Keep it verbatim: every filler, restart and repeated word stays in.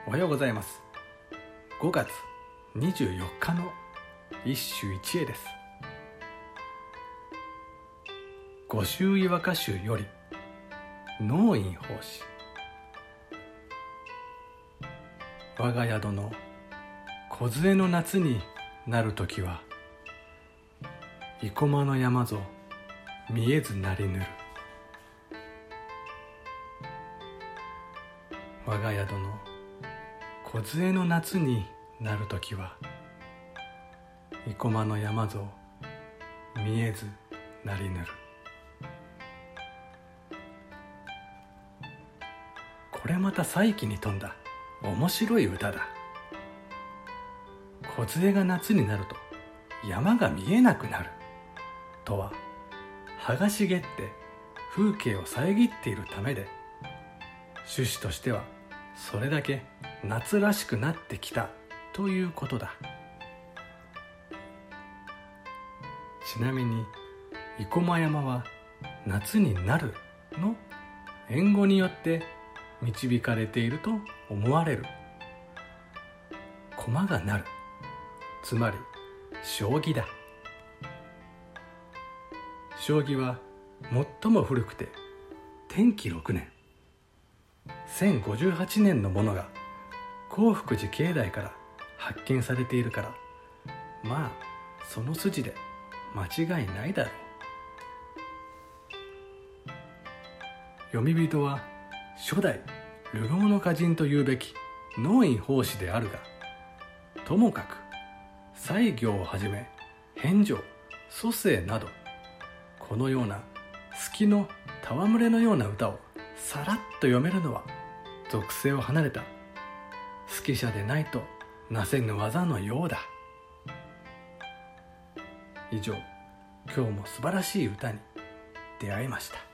おはようございます。ごがつにじゅうよっかの一首一会です。御集岩歌集より農院法師。我が宿の梢の夏になるときは、生駒の山ぞ見えずなりぬる。我が宿の梢の夏になるときは、生駒の山ぞ見えずなりぬる。これまた再起に富んだ面白い歌だ。梢が夏になると山が見えなくなるとは、葉が茂って風景を遮っているためで、趣旨としてはそれだけ夏らしくなってきたということだ。ちなみに生駒山は夏になるの隠語によって導かれていると思われる。駒がなる、つまり将棋だ。将棋は最も古くて天紀ろくねん、せんごじゅうはちねんのものが興福寺境内から発見されているから、まあその筋で間違いないだろう。読み人は初代流浪の歌人というべき農院法師であるが、ともかく西行をはじめ返上、蘇生など、このような隙の戯れのような歌をさらっと読めるのは、俗世を離れた好き者でないとなせぬ技のようだ。以上、今日も素晴らしい歌に出会いました。